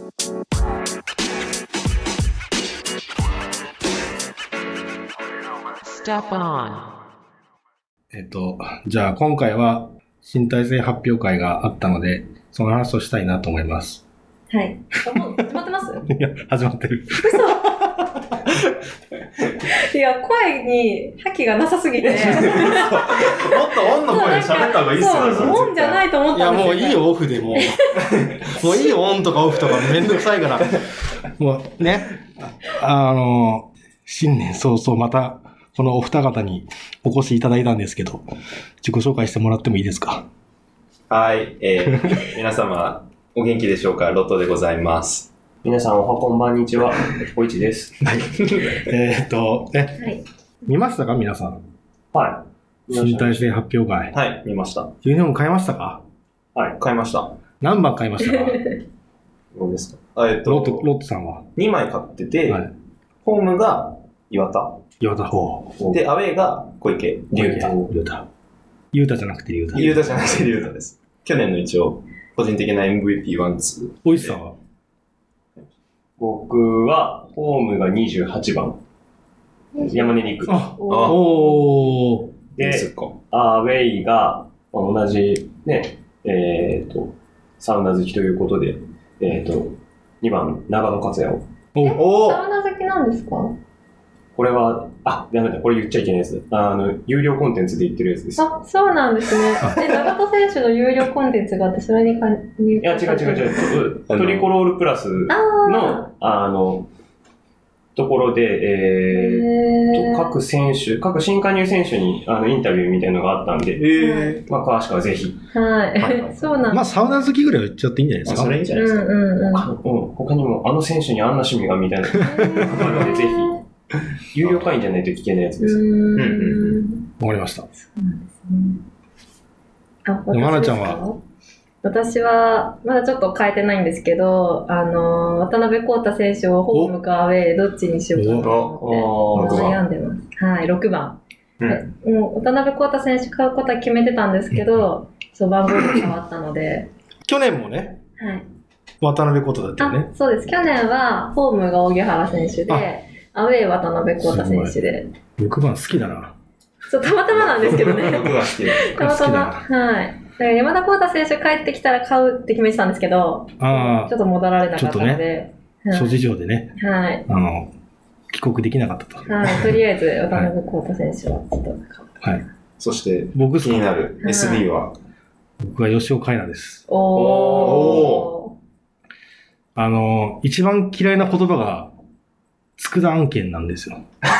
Step on. じゃあ今回は新体制発表会があったので、その話をしたいなと思います。 はい。もう始まってますいや、始まってる。 嘘いや、声に覇気がなさすぎて。もっとオンの声で喋った方がいいっすよね。 そう、オンじゃないと思ったんですよ。 いや、もういいよ、オフでもう。もういいよ、オンとかオフとかめんどくさいから。もうね、新年早々また、このお二方にお越しいただいたんですけど、自己紹介してもらってもいいですか？ はい、皆様、お元気でしょうか？ロットでございます。 皆さんおはこんばんにちは、おいちです。 はい。はい、見ましたか皆さん？ はい。 新体制発表会。 はい、見ました。 ユニフォーム買いましたか？ はい、買いました。 何番買いましたか？ どうですか？ ロットさんは 2枚買ってて、はい、ホームが岩田方。で、アウェイが小池龍太。 龍太じゃなくて龍太。 龍太じゃなくて龍太です。去年の一応、個人的な MVP1、2。 おいしさは？ 僕は、ホームが28番。山根陸。 おー。 で、アウェイが、同じ、ね、サウナ好きということで、2番、長野克也を。 サウナ好きなんですか？ これは、ダメだ、これ言っちゃいけないやつ。有料コンテンツで言ってるやつです。 あ、そうなんですね。長門選手の有料コンテンツがあって、それに加入。 いや、違う。トリコロールプラスの、ところで、各新加入選手にインタビューみたいなのがあったんで、まあ、詳しくはぜひ。 はい。そうなんです。 まあ、サウナ好きぐらいは言っちゃっていいんじゃないですか？ それいいんじゃないですか。 他にも、選手にあんな趣味がみたいな。あるので、ぜひ。有料会員じゃないと聞けないやつです。 わかりました。 そうなんですね。 まなちゃんは？ 私は、まだちょっと変えてないんですけど、渡辺康太選手をホームかアウェイ、どっちにしようかと思って悩んでます。はい、6番。もう渡辺康太選手買うことは決めてたんですけど、番号が変わったので。 去年もね、 はい、 渡辺康太だったよね。 そうです。去年はホームが荻原選手で、アウェイ渡辺康太選手で。 6番好きだな。 たまたまなんですけどね。 6番好きだ。 たまたま。はい。山田康太選手帰ってきたら買うって決めてたんですけど、ちょっと戻られなかったので。 諸事情でね。 はい。 帰国できなかったと。 はい。とりあえず渡辺康太選手はちょっと買う。 はい。そして、気になる SD は？ 僕は吉尾海奈です。 おー。一番嫌いな言葉が、佃案件なんですよ。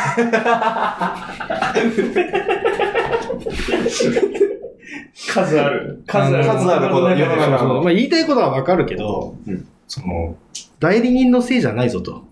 数あること世の中の。 まあ言いたいことはわかるけど、代理人のせいじゃないぞと。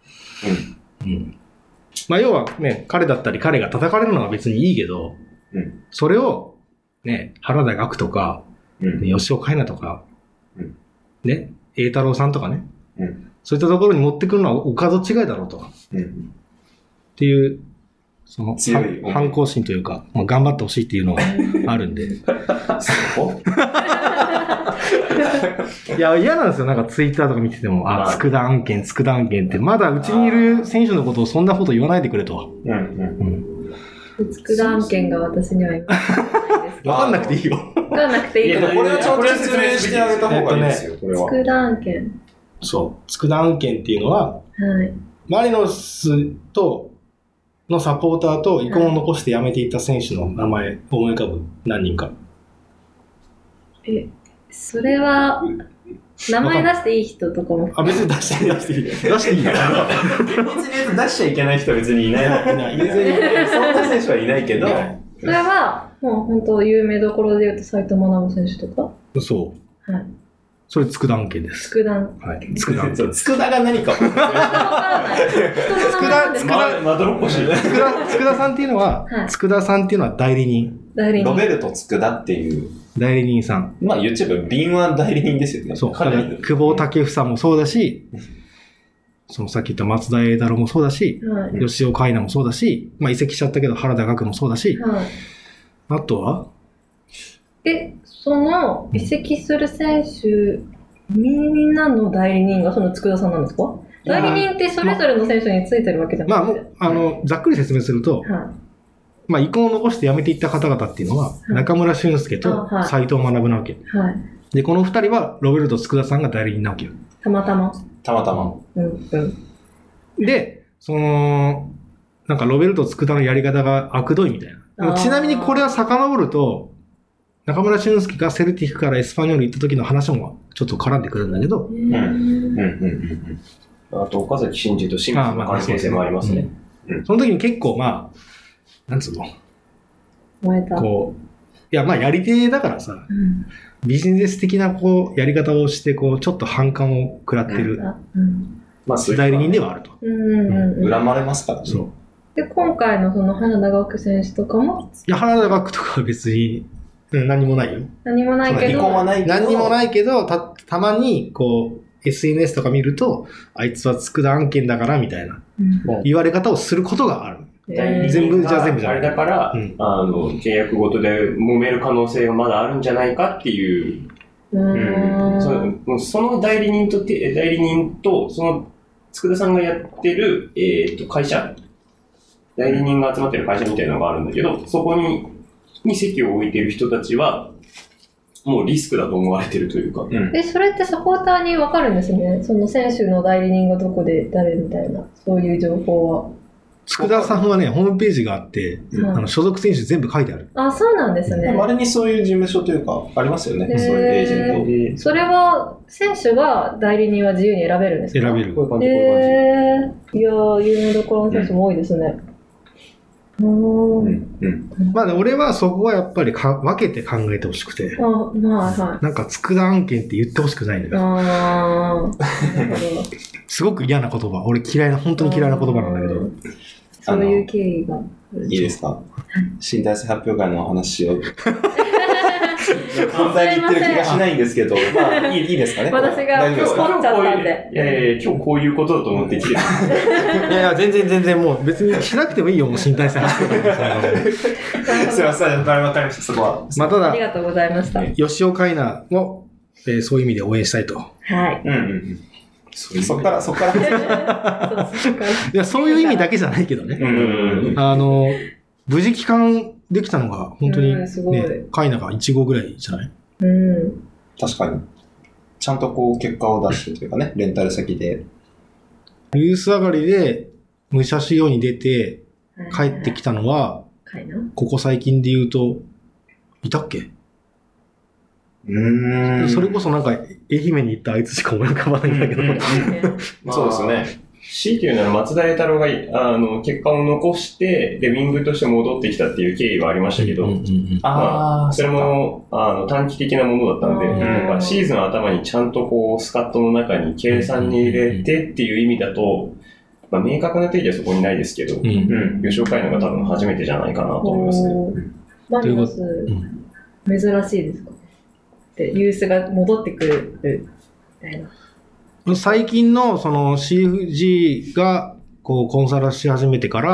まあ要はね、彼だったり彼が叩かれるのは別にいいけど、それをね、原田学とか、吉尾海奈とか、ね、栄太郎さんとかね、そういったところに持ってくるのはお門違いだろうと。っていう、反抗心というか、まあ、頑張ってほしいっていうのがあるんで。いや、嫌なんですよ。なんかツイッターとか見てても、佃案件って、まだうちにいる選手のことをそんなこと言わないでくれと。 佃案件が私には言わないです。 わかんなくていいよ。 わかんなくていいけど。 これはちゃんと説明してあげた方がいいですよ、これは。 佃案件。 そう。佃案件っていうのは、マリノスのサポーターと遺恨を残して辞めていた選手の名前、思い浮かぶ何人か。 それは、名前出していい人とかも。 別に出していい。出していいよ。 別に出しちゃいけない人は別にいない。別に、そんな選手はいないけど。 それは、もう本当有名どころで言うと斉藤学選手とか？ そう。 はい。 それ、佃案件です。 佃案。 はい。佃案件。 佃が何か。 まどろっこしい。 佃さんっていうのは、佃さんっていうのは代理人。 ロベルト佃っていう。 代理人さん。 まあ言っちゃえば敏腕代理人ですよね。 そう。久保建英もそうだし、さっき言った松田栄太郎もそうだし、吉尾海奈もそうだし、まあ移籍しちゃったけど原田学もそうだし、あとはその移籍する選手みんなの代理人がその佃さんなんですか？代理人ってそれぞれの選手についてるわけじゃないですか。 ざっくり説明すると、遺恨を残して辞めていった方々っていうのは、中村俊輔と斉藤学なわけ。で、この二人はロベルト佃さんが代理人なわけよ。 たまたま。 で、なんかロベルト佃のやり方が悪どいみたいな。ちなみにこれは遡ると、中村俊輔がセルティックからエスパニョール行った時の話もちょっと絡んでくるんだけど。 あと、岡崎慎司と清水の関係性もありますね。 その時に結構なんつうのやり手だからさ、ビジネス的なやり方をして、ちょっと反感を食らってる、代理人ではあると。 恨まれますからね。そう。 で、今回のその原田学選手とかも原田学とかは別に、何もないよ。 何もないけど。 何にもないけど、たまに、SNS とか見ると、あいつは佃案件だから、みたいな、言われ方をすることがある。全部じゃない。 あれだから、契約ごとで揉める可能性がまだあるんじゃないかっていう。その代理人と、その、佃さんがやってる、会社、代理人が集まってる会社みたいなのがあるんだけど、そこに席を置いてる人たちは、もうリスクだと思われてるというか。 それってサポーターに分かるんですね。その選手の代理人がどこで誰みたいな、そういう情報は。 佃さんはね、ホームページがあって、所属選手全部書いてある。 そうなんですね。 まれにそういう事務所というか、ありますよね。そういうエージェント。 それは、選手が代理人は自由に選べるんですか？ 選べる。 こういう感じ。いやー、有名どころの選手も多いですね。 俺はそこはやっぱり分けて考えてほしくて。なんか佃案件って言ってほしくないのよ。すごく嫌な言葉。俺本当に嫌いな言葉なんだけど。 そういう経緯が。 いいですか？新体制発表会のお話しよう。本題に言ってる気がしないんですけど、いいですかね？ 私が怒っちゃったんで。 今日こういうことだと思ってきてる。 全然もう別にしなくてもいいよ、もう新体制発表会。 すいません、わかりました、そこは。 ただ、 ありがとうございました。 吉尾海奈を、そういう意味で応援したいと。 はい。 そっから。 いや、そういう意味だけじゃないけどね。無事帰還できたのが、本当に、カイナが1号ぐらいじゃない？ 確かに。ちゃんと結果を出してというかね、レンタル先で。 ユース上がりで、武者修行に出て、帰ってきたのは、ここ最近で言うと、いたっけ？それこそなんか、愛媛に行ったあいつしか思い浮かばないんだけど。 そうですよね。 強いて言うなら松田栄太郎が結果を残してでウィングとして戻ってきたっていう経緯はありましたけど、それも短期的なものだったんで、なんかシーズン頭にちゃんとスカットの中に計算に入れてっていう意味だと、明確な定義はそこにないですけど、吉岡海奈が多分初めてじゃないかなと思いますね。 マリノス、珍しいですか？ユースが戻ってくるみたいな。 最近のその CFG がコンサルし始めてから、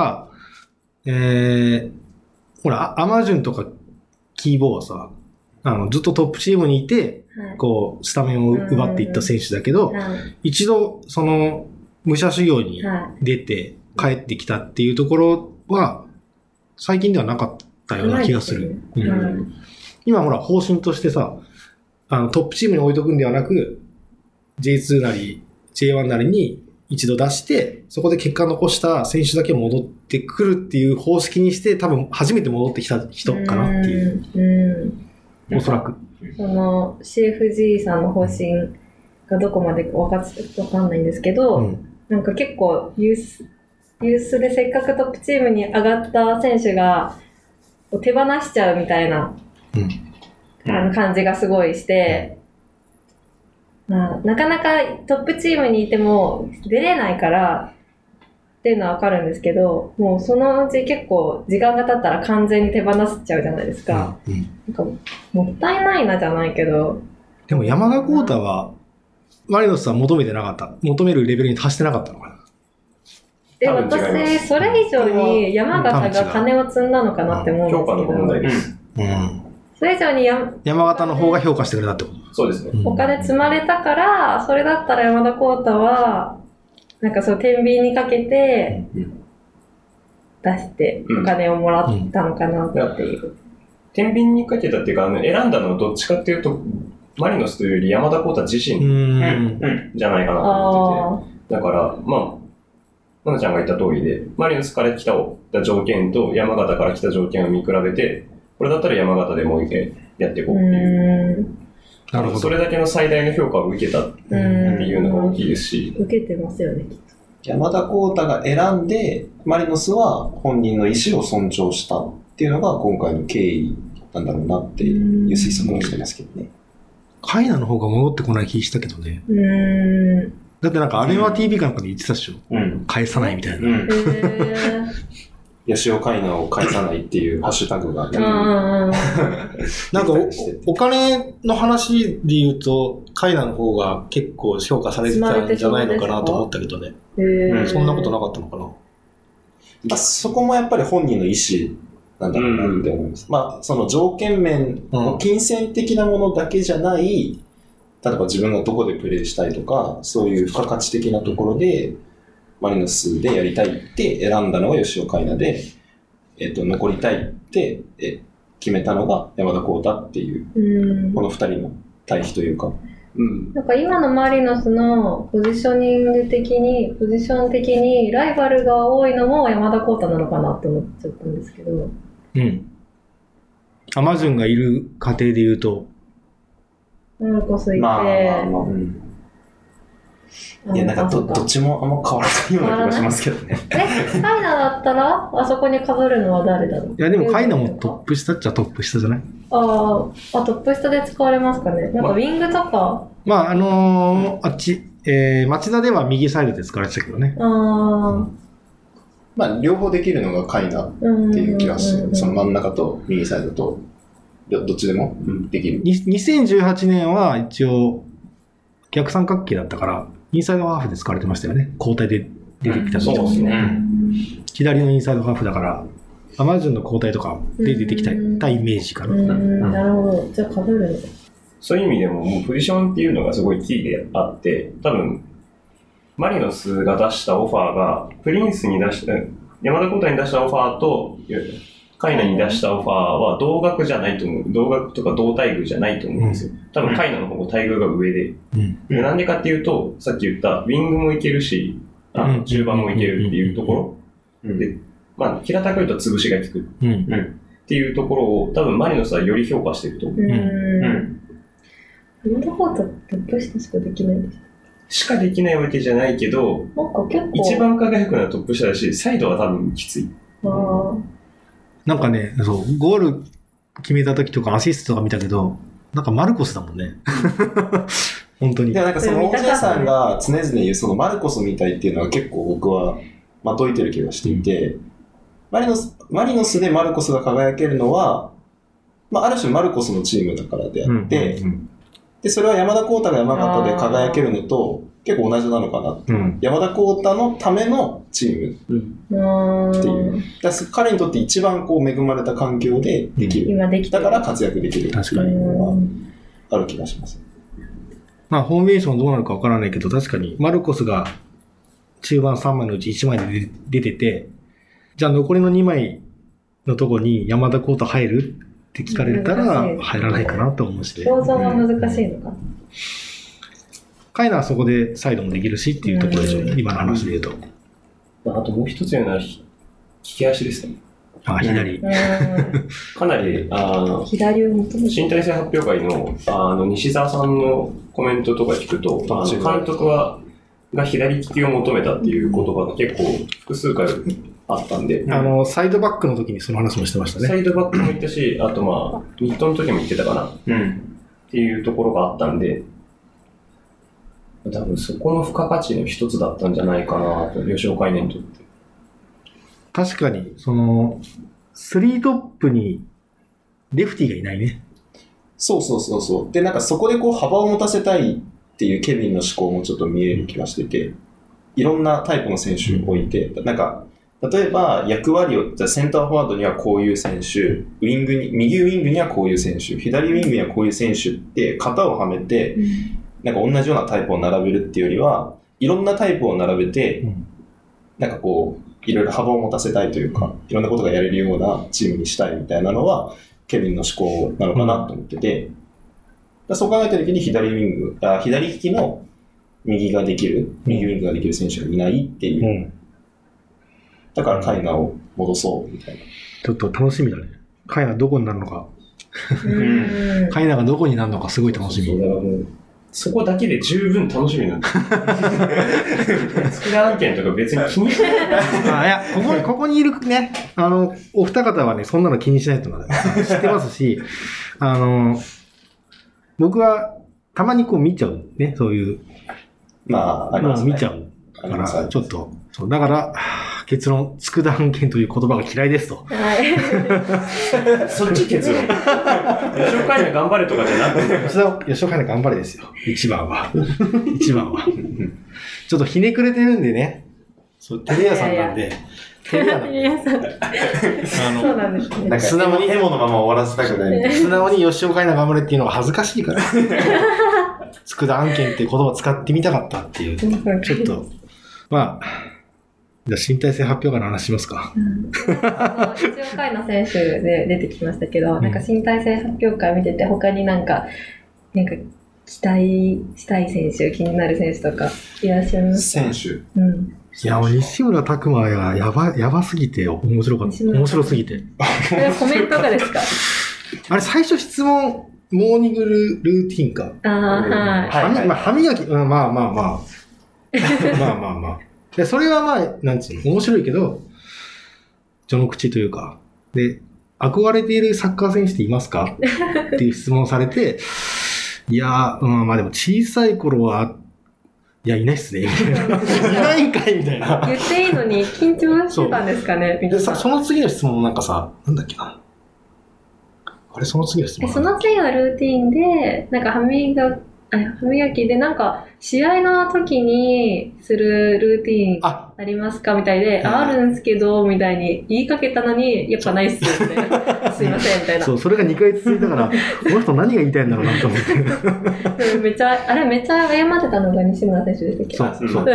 ほら、アマジュンとかキーボーはさ、ずっとトップチームにいて、スタメンを奪っていった選手だけど、一度、武者修行に出て帰ってきたっていうところは、最近ではなかったような気がする。今ほら、方針としてさ、トップチームに置いとくんではなく、J2 なり J1 なりに一度出して、そこで結果残した選手だけ戻ってくるっていう方式にして、多分初めて戻ってきた人かなっていう。おそらく。 CFG さんの方針がどこまでわかんないんですけど、なんか結構ユースでせっかくトップチームに上がった選手が手放しちゃうみたいな、感じがすごいして、なかなかトップチームにいても出れないからっていうのはわかるんですけど、もうそのうち結構時間が経ったら完全に手放しちゃうじゃないですか。なんかもったいないなじゃないけど。 でも山田浩太はマリノスは求めてなかった。求めるレベルに達してなかったのかな。 で、私、それ以上に山形が金を積んだのかなって思うんですけど。 評価の問題です。 それ以上に山形の方が評価してくれたってこと。 そうですね。 お金積まれたから、それだったら山田耕太は、なんかそう天秤にかけて、出してお金をもらったのかなっていう。 天秤にかけたっていうか、選んだのはどっちかっていうと、マリノスというより山田耕太自身じゃないかなと思ってて。だから、まあ、まなちゃんが言った通りで、マリノスから来た条件と山形から来た条件を見比べて、これだったら山形でもう一回やっていこうっていう。なるほど。それだけの最大の評価を受けたっていうのが大きいですし。 受けてますよね。 山田耕太が選んで、マリノスは本人の意思を尊重したっていうのが今回の経緯なんだろうなっていう推測をしてますけどね。 カイナの方が戻ってこない気したけどね。だってなんかアレマ TV かなんかで言ってたでしょ。返さないみたいな。 吉尾カイナを返さないっていうハッシュタグがあって。 なんかお金の話で言うと、カイナの方が結構評価されてたんじゃないのかなと思ったけどね。そんなことなかったのかな。 まあ、そこもやっぱり本人の意思なんだろうなって思います。まあ、その条件面、金銭的なものだけじゃない、例えば自分がどこでプレーしたいとか、そういう付加価値的なところで、マリノスでやりたいって選んだのが吉尾カイナで、残りたいって決めたのが山田耕太っていう、この二人の対比というか。 なんか今のマリノスのポジション的にライバルが多いのも山田耕太なのかなって思っちゃったんですけど。 アマジュンがいる過程で言うと。 マルコスいて。 いや、なんかどっちもあんま変わらないような気がしますけどね。 カイナだったら、あそこに被るのは誰だろう。 いや、でもカイナもトップ下っちゃトップ下じゃない？ トップ下で使われますかね。なんかウィングとか。 まあ、あっち、町田では右サイドで使われてたけどね。 まあ、両方できるのがカイナっていう気がする。その真ん中と右サイドと、どっちでもできる。 2018年は一応、逆三角形だったから、インサイドハーフで使われてましたよね。交代で出てきた時そうですね。 左のインサイドハーフだから、アマジュンの交代とかで出てきたイメージかな。 なるほど。じゃあ被るの。 そういう意味でも、もうポジションっていうのがすごいキーであって、多分、マリノスが出したオファーが、プリンスに出した、山田交代に出したオファーと、カイナに出したオファーは同額じゃないと思う。同額とか同待遇じゃないと思うんですよ。多分カイナの方が待遇が上で。なんでかっていうと、さっき言ったウィングもいけるし、中盤もいけるっていうところ。で、まあ、平たく言うと潰しが効く。っていうところを多分マリノスはより評価してると思う。 山田耕太ってトップ下しかできないんですか？ しかできないわけじゃないけど、 なんか結構一番輝くのはトップ下だし、サイドは多分きつい。 なんかね、そう、ゴール決めた時とかアシストとか見たけど、なんかマルコスだもんね。本当に。 でもなんかその大谷さんが常々言うそのマルコスみたいっていうのは結構僕はまといてる気がしていて、マリノスでマルコスが輝けるのは、まあある種マルコスのチームだからであって、で、それは山田耕太が山形で輝けるのと結構同じなのかなって。山田耕太のためのチームっていう。彼にとって一番こう恵まれた環境でできる。だから活躍できる。 確かに。 ある気がします。 まあ、フォーメーションどうなるかわからないけど、確かにマルコスが中盤3枚のうち1枚で出てて、じゃあ残りの2枚のとこに山田耕太入るって聞かれたら入らないかなと思うし、 想像が難しいのかな。 カイナはそこでサイドもできるしっていうところでしょうね、今の話で言うと。 あともう一つ言うのは、利き足ですね。 左。 かなり、 左を求めて新体制発表会の、西澤さんのコメントとか聞くと、監督が左利きを求めたっていう言葉が結構複数回あったんで。 サイドバックの時にその話もしてましたね。 サイドバックも言ったし、あとまあ、ミッドの時も言ってたかな。っていうところがあったんで、多分そこの付加価値の一つだったんじゃないかなと、吉岡にとって。 確かに、3トップにレフティがいないね。 そう。で、なんかそこでこう幅を持たせたいっていうケビンの思考もちょっと見える気がしてて、いろんなタイプの選手を置いて、なんか例えば役割を、じゃあセンターフォワードにはこういう選手、右ウィングにはこういう選手、左ウィングにはこういう選手って型をはめて、なんか同じようなタイプを並べるっていうよりは、いろんなタイプを並べて、なんかこう、いろいろ幅を持たせたいというか、いろんなことがやれるようなチームにしたいみたいなのは、ケビンの思考なのかなと思ってて、そう考えたときに左利きの右ウィングができる選手がいないっていう。だからカイナを戻そうみたいな。 ちょっと楽しみだね。カイナどこになるのか。カイナがどこになるのかすごい楽しみ。 そこだけで十分楽しみなんだ。佃案件とか別に気にしない。 いや、ここにいるね、お二方はね、そんなの気にしないと思う。知ってますし、僕はたまにこう見ちゃうね、そういう。 まあ、ありますね。 見ちゃうから、ちょっと、そうだから、結論、佃案件という言葉が嫌いですと。 はい。 そっち結論。吉岡海奈頑張れとかじゃなくて。 吉岡海奈頑張れですよ。一番は。ちょっとひねくれてるんでね。そう、テレ屋さんなんで。 テレ屋さん。そうなんですね。 なんか素直にエモのまま終わらせたくない。 素直に吉岡海奈頑張れっていうのが恥ずかしいから。佃案件っていう言葉を使ってみたかったっていう。ちょっと、まあ、じゃあ身体性発表会の話しますか。 一応会の選手で出てきましたけど、なんか身体性発表会見てて、他になんか期待したい選手、気になる選手とかいらっしゃいますか？ 選手。 いや、西村拓真がやばすぎて面白かった。面白すぎて。 それはコメントがですか？ あれ、最初質問、モーニングルーティンか。 はい。 歯磨き、まあ。で、それはまあ、なんつうの、面白いけど、序の口というか、で、憧れているサッカー選手っていますかっていう質問されて、いやー、まあでも小さい頃は、いや、いないっすね、みたいな。いないんかいみたいな。 言っていいのに緊張してたんですかね。 でさ、その次の質問なんかさ、なんだっけな。あれ、その次の質問。 その次はルーティンで、なんか歯磨きでなんか試合の時にするルーティンありますかみたいで、あるんすけどみたいに言いかけたのにやっぱないっすみたいな。すいませんみたいな。 そう、それが2回続いたからこの人何が言いたいんだろうなと思ってめっちゃ謝ってたのが西村選手でしたっけ？そう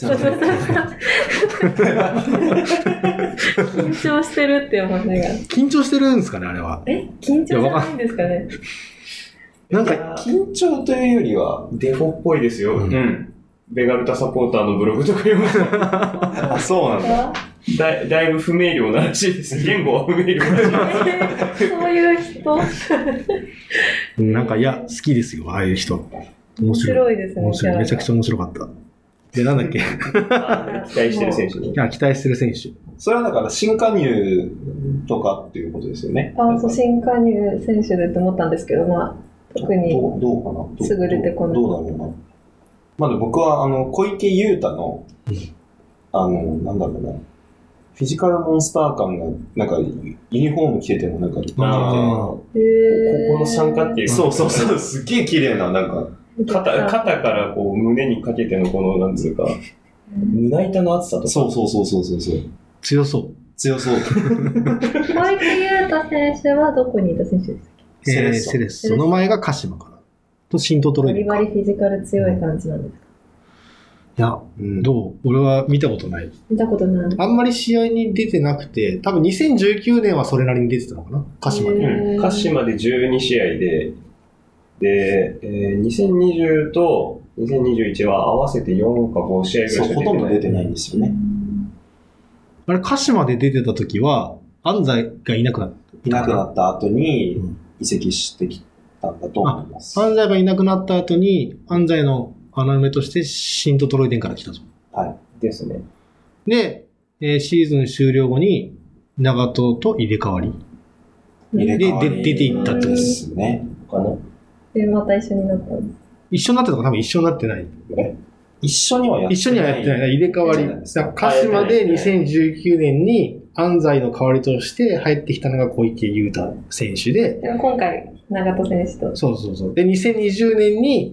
緊張してるって思いながら。 緊張してるんですかね、あれは。 緊張じゃないんですかね。 なんか緊張というよりはデフォっぽいですよ。ベガルタサポーターのブログとか読むとあ、そうなんだ。 だいぶ不明瞭ならしいです。言語は不明瞭らしい。 そういう人なんか、いや、好きですよ、ああいう人。 面白いですね。 面白い。めちゃくちゃ面白かった。で、なんだっけ期待してる選手に。 期待してる選手。 それはだから新加入とかっていうことですよね。 そう、新加入選手でと思ったんですけど、まあ、特にどうかなすぐ出てこない。 どうだろうな。まあ、僕は小池優太の、なんだろうな、フィジカルモンスター感が、なんか、ユニフォーム着ててもなんか、 ここの参加っていう。 そう、すっげえ綺麗な、なんか、 肩からこう胸にかけてのこの、なんつうか、胸板の厚さとか。 そう。 強そう。 小池優太選手はどこにいた選手ですか？ セレッソの前が鹿島かな。と、新トトロイデンか。 バリバリフィジカル強い感じなんですか？ いや、どう？俺は見たことない。 見たことない。 あんまり試合に出てなくて、多分2019年はそれなりに出てたのかな？鹿島で。 鹿島で12試合で、2020と2021は合わせて4か5試合ぐらいしか出てない。 ほとんど出てないんですよね。 あれ、鹿島で出てた時は、安西がいなくなった後に移籍してきたんだと思います。 安西がいなくなった後に、安西の穴埋めとして新トトロイデンから来たと。 はい。 ですね。 で、シーズン終了後に、長門と入れ替わり。で、出ていったってことですね。 かな。 で、また一緒になったんです。 一緒になってたのか多分一緒になってない。 一緒にはやってない。 一緒にはやってない。入れ替わり。鹿島で2019年に安西の代わりとして入ってきたのが小池優太選手で。 でも今回、長門選手と。 そう。で、2020年に、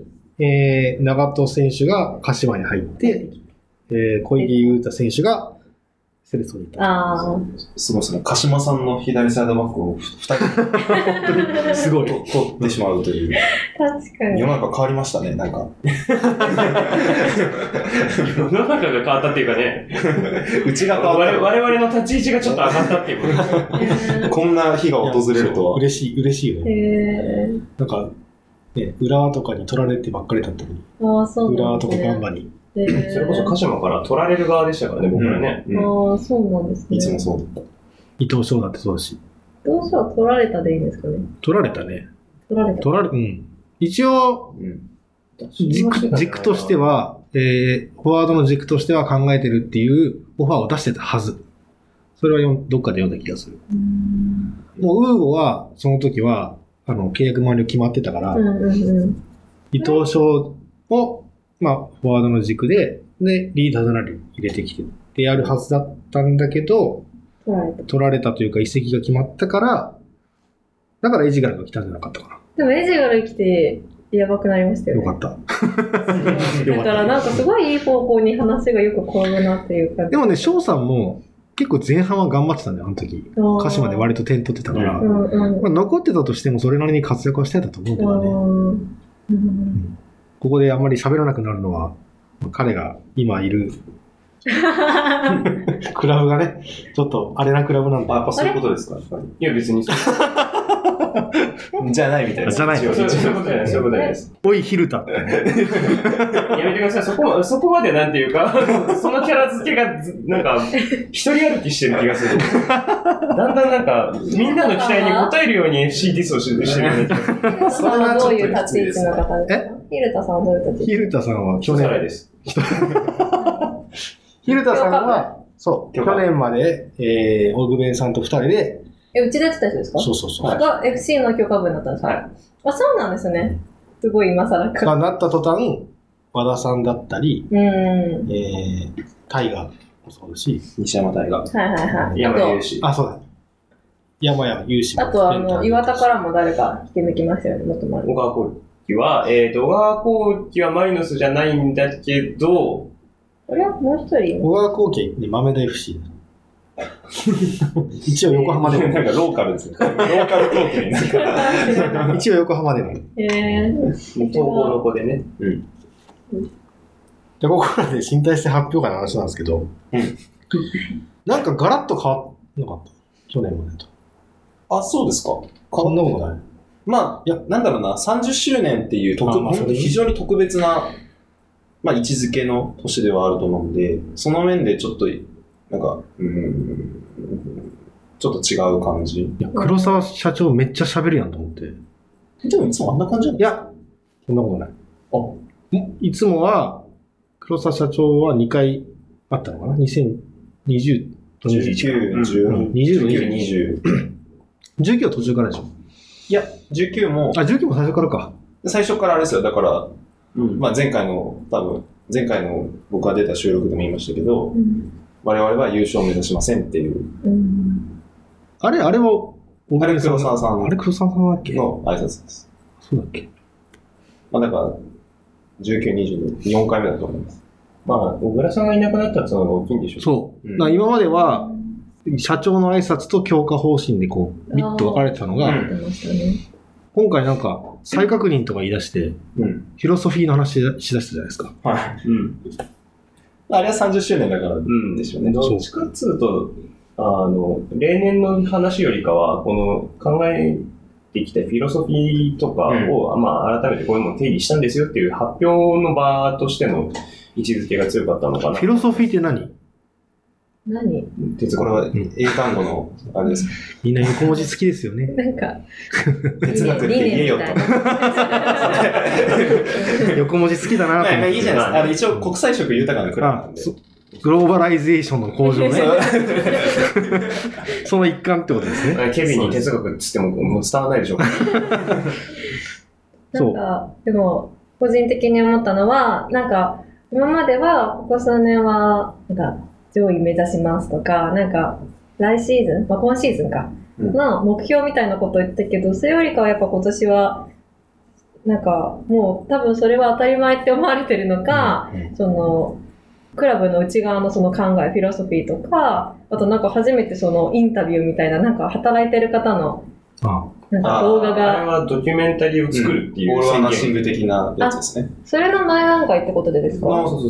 長門選手が鹿島に入って、小池優太選手が、 セレソにいた。 ああ。 すごいですね。鹿島さんの左サイドバックを2人すごい。 取ってしまうという。 確かに。 世の中変わりましたね、なんか。 世の中が変わったっていうかね、 うちが変わった。 我々の立ち位置がちょっと上がったっていうことこんな日が訪れるとは。 嬉しいよね。なんか、ね、浦和とかに取られてばっかりだったのに。浦和とかガンバに。 それこそ鹿島から取られる側でしたからね、僕らね。 ああ、そうなんですね。 いつもそうだった。 伊藤翔だってそうだし。 どうしよう、取られたでいいんですかね。 取られたね。 うん。 一応、軸としては、フォワードの軸としては考えてるっていうオファーを出してたはず。それはどっかで読んだ気がする。もう、ウーゴは、その時は、契約満了決まってたから、伊藤翔を、まあ、フォワードの軸で、リーダーとなり入れてきてってやるはずだったんだけど、取られたというか移籍が決まったから、だからエジガルが来たんじゃなかったかな。 でもエジガル来て、やばくなりましたよね。 よかった。 だからなんかすごいいい方向に話がよく転ぶなっていうか。 でもね、翔さんも結構前半は頑張ってたんだよ、あの時。鹿島で割と点取ってたから。まあ、残ってたとしてもそれなりに活躍はしてたと思うけどね。ここであんまり喋らなくなるのは、彼が今いるクラブがね、ちょっとあれなクラブなんだ。 やっぱそういうことですか？ いや別にそう。 じゃないみたいな。 じゃない。 そういうことじゃない、そういうことじゃないです。 おい、ヒルタって。 やめてください。そこまでなんていうか、そのキャラ付けが、なんか、一人歩きしてる気がする。だんだんなんか、みんなの期待に応えるように FC ディスをしてるよね。 それはどういう立ち位置の方ですか？ヒルタさんはどういう立ち位置？ ヒルタさんは去年です。 ヒルタさんは、そう、去年まで、オグベンさんと二人で、 うちでやってた人ですか？ そう。 が FC の強化部になったんですか？はい。あ、そうなんですね。すごい今更か。 がなった途端、和田さんだったり、タイガーもそうだし、 西山大河。 はい。 山優志。 あ、そうだ。山優志。 あと岩田からも誰か引き抜きましたよね、元々。 小川幸輝は、小川幸輝はマリノスじゃないんだけど、 あれもう一人小川幸輝に豆田 FC。一応横浜でも。 なんかローカルですね。ローカルトークになんか。 一応横浜でも。 統合の子でね。 で、ここからで新体制発表会の話なんですけど、なんかガラッと変わんなかった去年までと。 あ、そうですか。 そんなことない。 まあ、なんだろうな、30周年っていう非常に特別な、まあ、位置づけの年ではあると思うんで、その面でちょっと、なんか、ちょっと違う感じ。 いや、黒沢社長めっちゃ喋るやんと思って。 でもいつもあんな感じなんですか？いや、そんなことない。いつもは、黒沢社長は2回あったのかな ?2020 と21か。20と20。19は途中からでしょ？ いや、19も。 あ、19も最初からか。 最初からあれですよ。だから、まあ前回の僕が出た収録でも言いましたけど、我々は優勝を目指しませんっていう。 あれも、 あれ黒沢さん。 あれ黒沢さんだっけの挨拶です。 そうだっけ？ まあだから、19、20、4回目だと思います。 まあ、小倉さんがいなくなったってのが大きいんでしょう。 そう。今までは、社長の挨拶と強化方針でこう、ビッと分かれてたのが、今回なんか、再確認とか言い出して、フィロソフィーの話しだしたじゃないですか。 はい。あれは30周年だからでしょうね。 どっちかっつうと、例年の話よりかは、この考えてきたフィロソフィーとかを、まあ改めてこういうものを定義したんですよっていう発表の場としての位置づけが強かったのかな。 フィロソフィーって何？ これは英単語のあれですか？ みんな横文字好きですよね。 なんか哲学って言えよと。 横文字好きだなと思って。 いいじゃないですか。一応国際色豊かなクラブなんで。 グローバライゼーションの向上ね。その一環ってことですね。 ケビンに哲学っつっても伝わらないでしょ。 なんかでも個人的に思ったのは、なんか今まではここ数年はなんか上位目指しますとか、なんか来シーズン、今シーズンかの目標みたいなことを言ってたけど、それよりかはやっぱ今年はなんかもう多分それは当たり前って思われてるのか、そのクラブの内側のその考え、フィロソフィーとか、あとなんか初めてそのインタビューみたいな、なんか働いてる方の、なんか動画あれが、 はドキュメンタリーを作るっていうオールアナッシン宣グ的なやつですね。 それの前段階ってことでですか？ そう。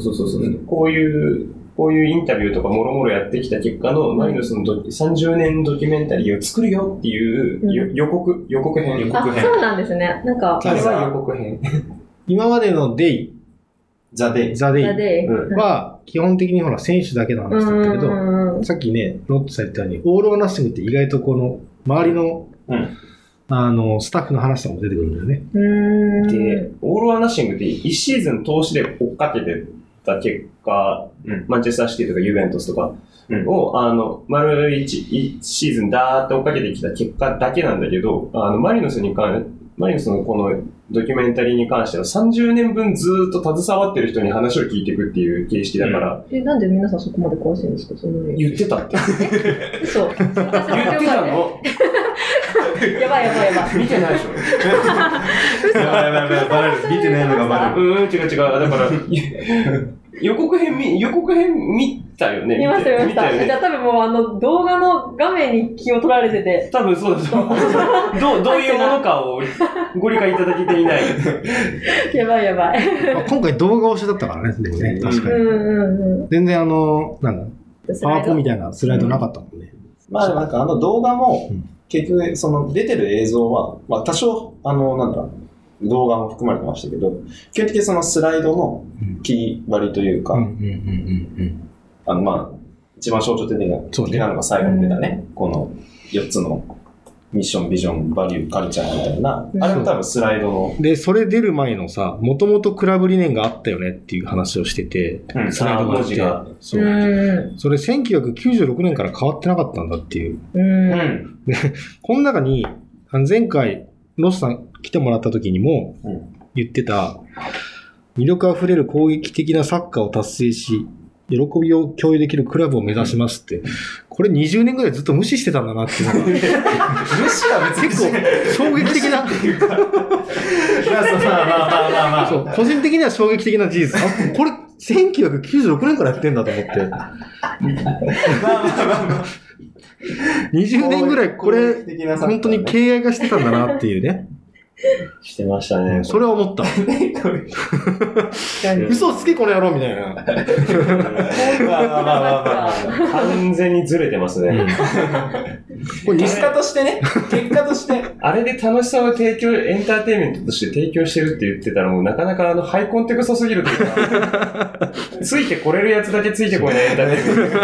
こういうインタビューとかもろもろやってきた結果のマリノスの30年ドキュメンタリーを作るよっていう予告編。 あ、そうなんですね。なんか、 あれは予告編。 今までのデイ、 ザ・デイ。 ザ・デイで、 は基本的にほら選手だけの話だったけど、さっきね、ロットさん言ったように、オール・オア・ナッシングって意外とこの周りの、スタッフの話とかも出てくるんだよね。 で、オール・オア・ナッシングって1シーズン通しで追っかけてた結果、マンチェスターシティとかユベントスとかを、丸1シーズンダーって追っかけてきた結果だけなんだけど、マリノスのこのドキュメンタリーに関しては30年分ずーっと携わってる人に話を聞いていくっていう形式だから。 なんで皆さんそこまで詳しいんですか？ 言ってたって。 嘘。 言ってたのやばい。 見てないでしょ。 やばい、バレる。見てないのがバレる。 違う。だから、予告編見たよね。 見ました。 よね。 じゃあ多分もう動画の画面に気を取られてて。 多分そうだと思う。どういうものかをご理解いただけていない。 やばい。 今回動画推しだったからね、でもね、確かに。全然パワポみたいなスライドなかったもんね。 まあなんか動画も、結局その出てる映像は、まあ多少、動画も含まれてましたけど、基本的にそのスライドの切り張りというか、まあ、一番象徴的なのが最後に出たね、この4つのミッション、ビジョン、バリュー、カルチャーみたいな、あれも多分スライドの。 で、それ出る前のさ、もともとクラブ理念があったよねっていう話をしてて、 スライド文字が。 そう。それ1996年から変わってなかったんだっていう。で、この中に、前回、ロスさん来てもらった時にも言ってた、魅力あふれる攻撃的なサッカーを達成し、喜びを共有できるクラブを目指しますって、これ20年ぐらいずっと無視してたんだなっていうのが。 無視は別に結構衝撃的な。そう、個人的には衝撃的な事実。これ1996年からやってんだと思って。20年ぐらいこれ、本当に敬愛がしてたんだなっていうね。 してましたね。 それは思った。嘘つけこの野郎みたいな。 完全にずれてますね。 これ結果としてね。 あれで楽しさをエンターテインメントとして提供してるって言ってたらもうなかなかハイコンテクストすぎるっていうか、ついてこれるやつだけついてこれないエンターテインメント。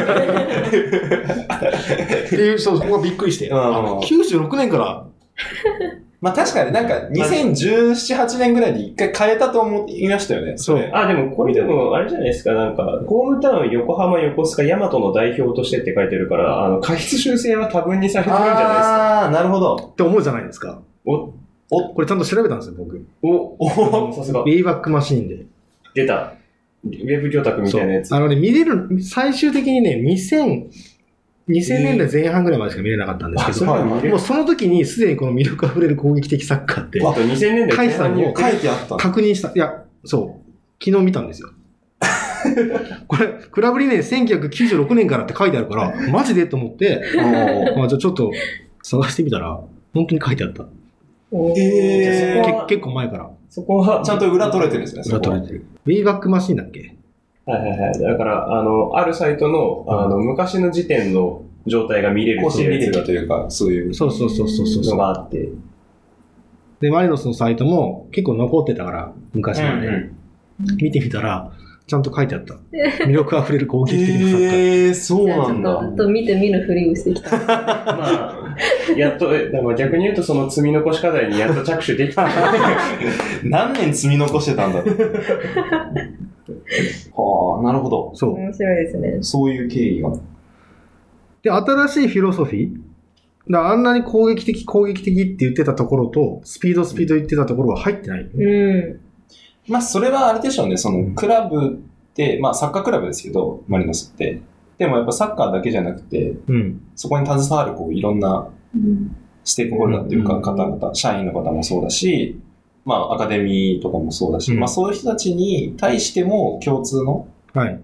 っていう、そこがびっくりして。96年から。 まあ確かになんか2017、8年ぐらいで一回変えたと思いましたよね。 そう。 でもこれでもあれじゃないですか、なんか、ホームタウン横浜横須賀大和の代表としてって書いてるから、過失修正は多分にされてるんじゃないですか。 ああ、なるほど。 って思うじゃないですか。これちゃんと調べたんですよ、僕。 さすが。 ウェイバックマシーンで。 出た。ウェブ魚拓みたいなやつ。 見れる、最終的にね、2000年代前半ぐらいまでしか見れなかったんですけど、もうその時にすでにこの魅力あふれる攻撃的サッカーって、 あと2000年代カイさんに書いてあった。 確認した。いや、そう。昨日見たんですよ。これ、クラブ理念1996年からって書いてあるから、マジでと思って、じゃあちょっと探してみたら、本当に書いてあった。結構前から。 そこは、 ちゃんと裏取れてるんですね。 裏取れてる。ウェイバックマシーンだっけ？ はい。だから、あるサイトの、昔の時点の状態が見れる更新履歴というか、そういう。 そうのがあって。 で、マリノスのサイトも結構残ってたから、昔まで。見てみたら、ちゃんと書いてあった。魅力あふれる攻撃的なサッカー。 そうなんだ。 ずっと見て見ぬふりをしてきた。 まあ、やっと、逆に言うとその積み残し課題にやっと着手できた。 何年積み残してたんだろう。はあ、なるほど。 そう。 面白いですね。 そういう経緯が。 で、新しいフィロソフィーあんなに攻撃的って言ってたところと、スピード言ってたところは入ってない。 まあ、それはあれでしょうね。その、クラブって、まあ、サッカークラブですけど、マリノスって。でもやっぱサッカーだけじゃなくて、そこに携わる、いろんな、ステークホルダーっていうか、方々、社員の方もそうだし、まあ、アカデミーとかもそうだし、まあ、そういう人たちに対しても共通の、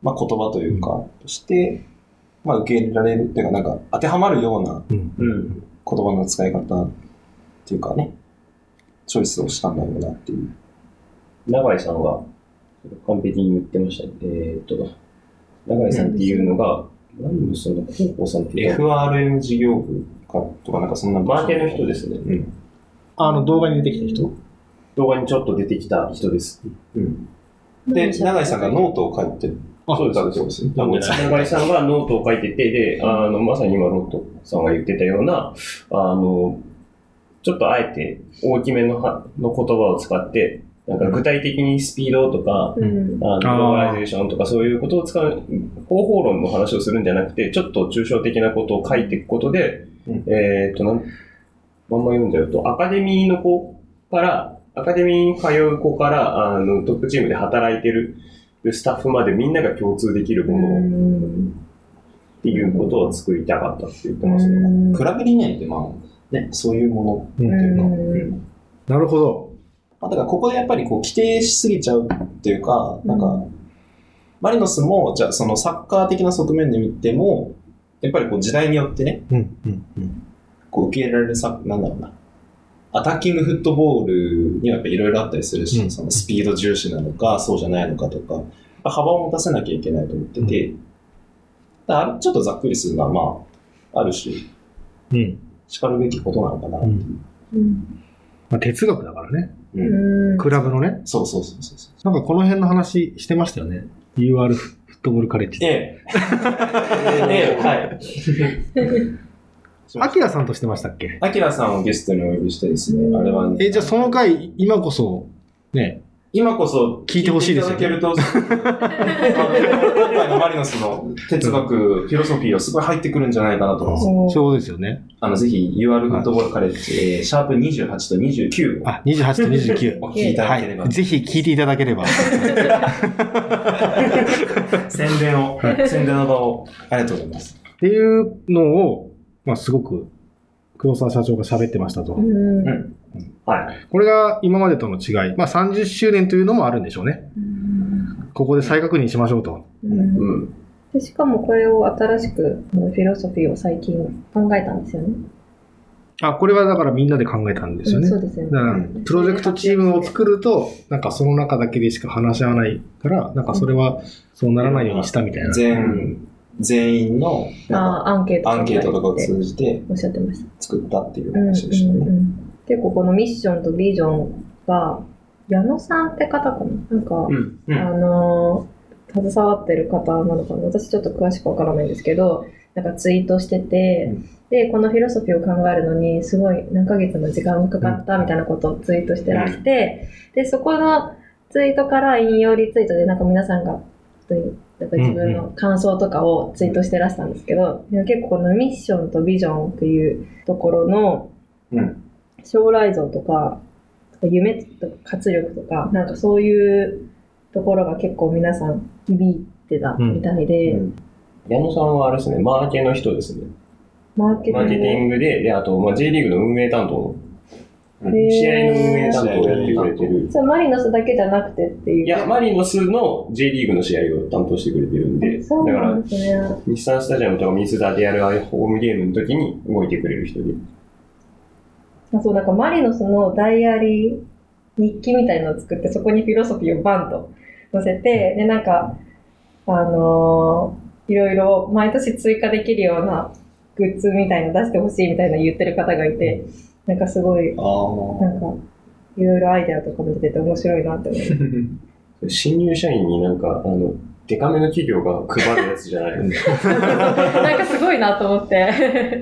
まあ、言葉というか、として、まあ、受け入れられるっていうか、なんか当てはまるような言葉の使い方っていうかね、チョイスをしたんだろうなっていう。 永井さんが完璧に言ってましたね。永井さんっていうのが、何のその広報さんっていう FRM 事業部かとかなんかそんなマーケの人ですね。うん。 動画に出てきた人？ 動画にちょっと出てきた人です。 うん。で、永井さんがノートを書いてる。 そうです。永井さんがノートを書いてて、で、まさに今ロットさんが言ってたような、ちょっとあえて大きめの言葉を使って、なんか具体的にスピードとか、グローバライゼーションとかそういうことを使う、方法論の話をするんじゃなくて、ちょっと抽象的なことを書いていくことで、まんま読んじゃうと、アカデミーに通う子から、トップチームで働いてるスタッフまでみんなが共通できるものっていうことを作りたかったって言ってますね。 クラブ理念ってまあ、ね、そういうものっていうか。なるほど。 だからここでやっぱりこう規定しすぎちゃうっていうか、なんか、マリノスも、じゃあそのサッカー的な側面で見ても、やっぱりこう時代によってね、こう受け入れられるなんだろうな、アタッキングフットボールにはやっぱいろいろあったりするし、そのスピード重視なのか、そうじゃないのかとか、幅を持たせなきゃいけないと思ってて、だからちょっとざっくりするのは、まあ、ある種、叱るべきことなのかなっていう。 まあ、哲学だからね。クラブのね。 そう。 なんかこの辺の話してましたよね。UR フットボールカレッジ。 はい。 アキラさんとしてましたっけ？ アキラさんをゲストにお呼びしてですね、あれはね。 じゃあその回、今こそ、ね。 今こそ聞いてほしいですよね。 聞いていただけると、今回のマリノスの哲学、フィロソフィーはすごい入ってくるんじゃないかなと思います。 そうですよね。 ぜひ UR フットボールカレッジ、シャープ28と29を。 28と29。 お聞きいただければ。 ぜひ聞いていただければ。 宣伝の場を。ありがとうございます。 っていうのを、まあすごく、黒沢社長が喋ってましたと。はい。これが今までとの違い。まあ30周年というのもあるんでしょうね。ここで再確認しましょうと。 でしかもこれを新しくフィロソフィーを最近考えたんですよね。 これはだからみんなで考えたんですよね。 そうですよね。 だからプロジェクトチームを作ると、なんかその中だけでしか話し合わないから、なんかそれはそうならないようにしたみたいな。 全員のアンケートとかを通じておっしゃってました。 作ったっていう話でしたね。 結構このミッションとビジョンが矢野さんって方かな、なんか、携わってる方なのかな、私ちょっと詳しくわからないんですけど、なんかツイートしてて、でこのフィロソフィーを考えるのにすごい何ヶ月も時間がかかったみたいなことをツイートしてらして、でそこのツイートから引用リツイートでなんか皆さんがやっぱり自分の感想とかをツイートしてらしたんですけど、結構このミッションとビジョンっていうところの将来像とか夢とか活力とかなんかそういうところが結構皆さん響いてたみたいで、 矢野さんはあれですね、マーケの人ですね。マーケティングで、あと、J リーグの運営担当、試合の運営担当をやってくれてる。 マリノスだけじゃなくてっていう。 いや、マリノスの J リーグの試合を担当してくれてるんで、 そうなんですね。 だから、日産スタジアムとか水田でやるホームゲームの時に動いてくれる人で。 そう、なんかマリノスのダイアリー、日記みたいなのを作って、そこにフィロソフィーをバンと載せて、で、なんか、いろいろ毎年追加できるようなグッズみたいなの出してほしいみたいな言ってる方がいて、なんかすごい、なんか、いろいろアイデアとかも出てて面白いなって思う。新入社員になんか、デカめの企業が配るやつじゃないなんかすごいなと思って。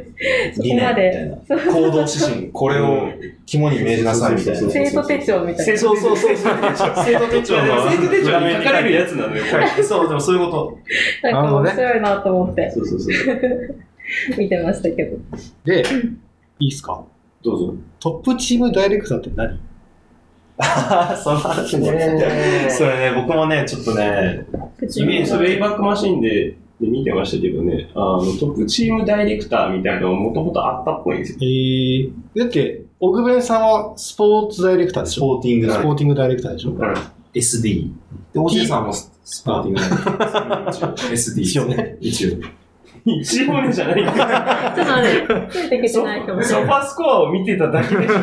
そこまで。行動指針、これを肝に銘じなさいみたいな。 生徒手帳みたいな。 そう。生徒手帳に書かれるやつなのよ、これ。 そう、でもそういうこと。 なんか面白いなと思って。 そう。 見てましたけど。 で、いいっすか？ どうぞ。 トップチームダイレクターって何？ その話ね。それね、僕もね、ちょっとね、 イメージ、ウェイバックマシンで見てましたけどね、トップチームダイレクターみたいなのがもともとあったっぽいんですよ。 だって、オグベンさんはスポーツダイレクターでしょ？ スポーティングダイレクターでしょ？ SD。で、おじいさんもススポーティングダイレクター。SD。 一応ね。 一応。 一応ねじゃないんだちょっとあれ、ついてきてないかもしソれない。 ファスコアを見てただけでしょ。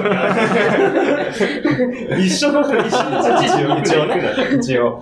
一緒の立ち位置を一応ね。一応。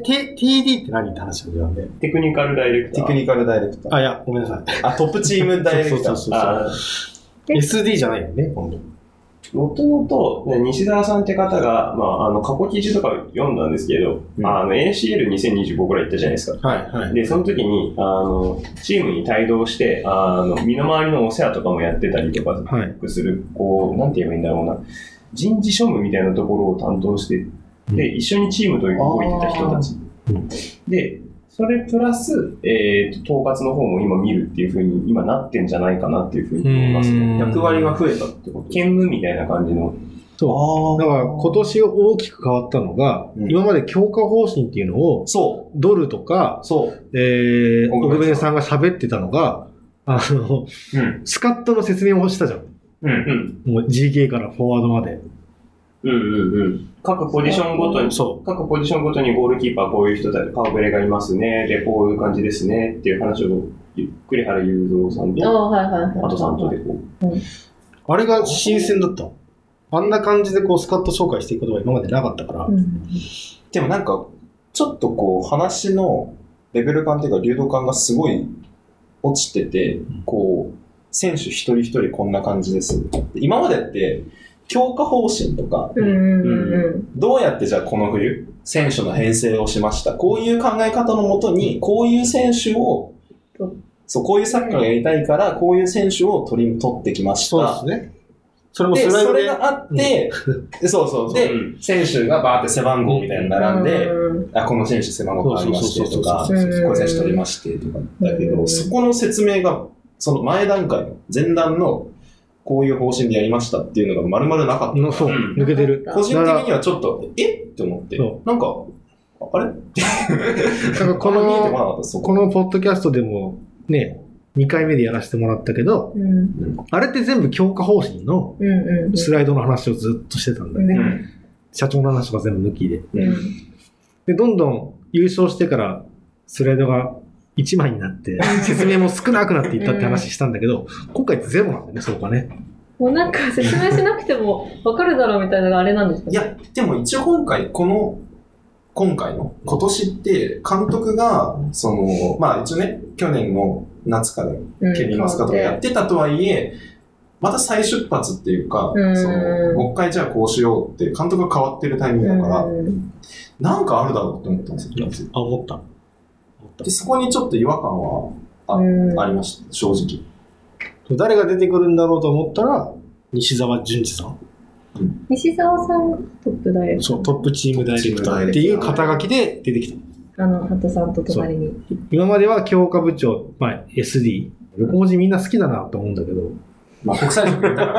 TD って何って話なんだよね。 テクニカルダイレクター。 テクニカルダイレクター。 あ、いや、ごめんなさい。 あ、トップチームダイレクター。 そうあ SD じゃないよね、今度。 もともと、西澤さんって方が、過去記事とか読んだんですけど、ACL2025 ぐらい行ったじゃないですか。 はい、はい。 で、その時に、チームに帯同して、身の回りのお世話とかもやってたりとかする、こう、なんて言えばいいんだろうな、人事庶務みたいなところを担当して、で、一緒にチームと動いてた人たち。で、それプラス、統括の方も今見るっていう風に今なってんじゃないかなっていう風に思いますね。 役割が増えたってこと兼務みたいな感じの。 そう。だから今年大きく変わったのが、今まで強化方針っていうのを、ドルとか、小久米さんが喋ってたのが、スカットの説明をしたじゃん。もう GK からフォワードまで。各ポジションごとに、各ポジションごとにゴールキーパーこういう人たち、顔ぶれがいますね。で、こういう感じですね。っていう話を、栗原雄三さんと、あとさんとでこう。 あれが新鮮だった。あんな感じでこうスカット紹介していくことが今までなかったから。 でもなんか、ちょっとこう、話のレベル感っていうか、流動感がすごい落ちてて、こう、選手一人一人こんな感じです。今までって、強化方針とか、どうやってじゃあこの冬、選手の編成をしました。こういう考え方のもとに、こういう選手を、そう、こういうサッカーがやりたいから、こういう選手を取ってきました。 そうですね。それもスライドで。 それがあって、で、選手がバーって背番号みたいに並んで、この選手背番号変わりましてとか、こういう選手取りましてとか、だけど、そこの説明が、その前段階の、前段の、こういう方針でやりましたっていうのが丸々なかった。 そう、抜けてる。 個人的にはちょっと、って思って、なんか、あれなんかこのポッドキャストでもね、2回目でやらせてもらったけど、あれって全部強化方針のスライドの話をずっとしてたんだよね。社長の話とか全部抜きで。で、どんどん優勝してからスライドが1枚になって、説明も少なくなっていったって話したんだけど、今回ってゼロなんだよね、そうかね。 もうなんか説明しなくても分かるだろうみたいなのがあれなんですかね。 いや、でも一応今回の今年って監督が、一応ね、去年の夏からケビン・マスカットがやってたとはいえ、また再出発っていうか、もう一回じゃあこうしようって監督が変わってるタイミングだから、なんかあるだろうって思ったんですよ。 思った。 で、そこにちょっと違和感はありました、正直。 誰が出てくるんだろうと思ったら、西澤淳二さん。 西澤さんがトップダイレクター。 そう、トップチームダイレクターっていう肩書きで出てきた。 鳩さんと隣に。 今までは強化部長、SD。横文字みんな好きだなと思うんだけど。 国際色だから。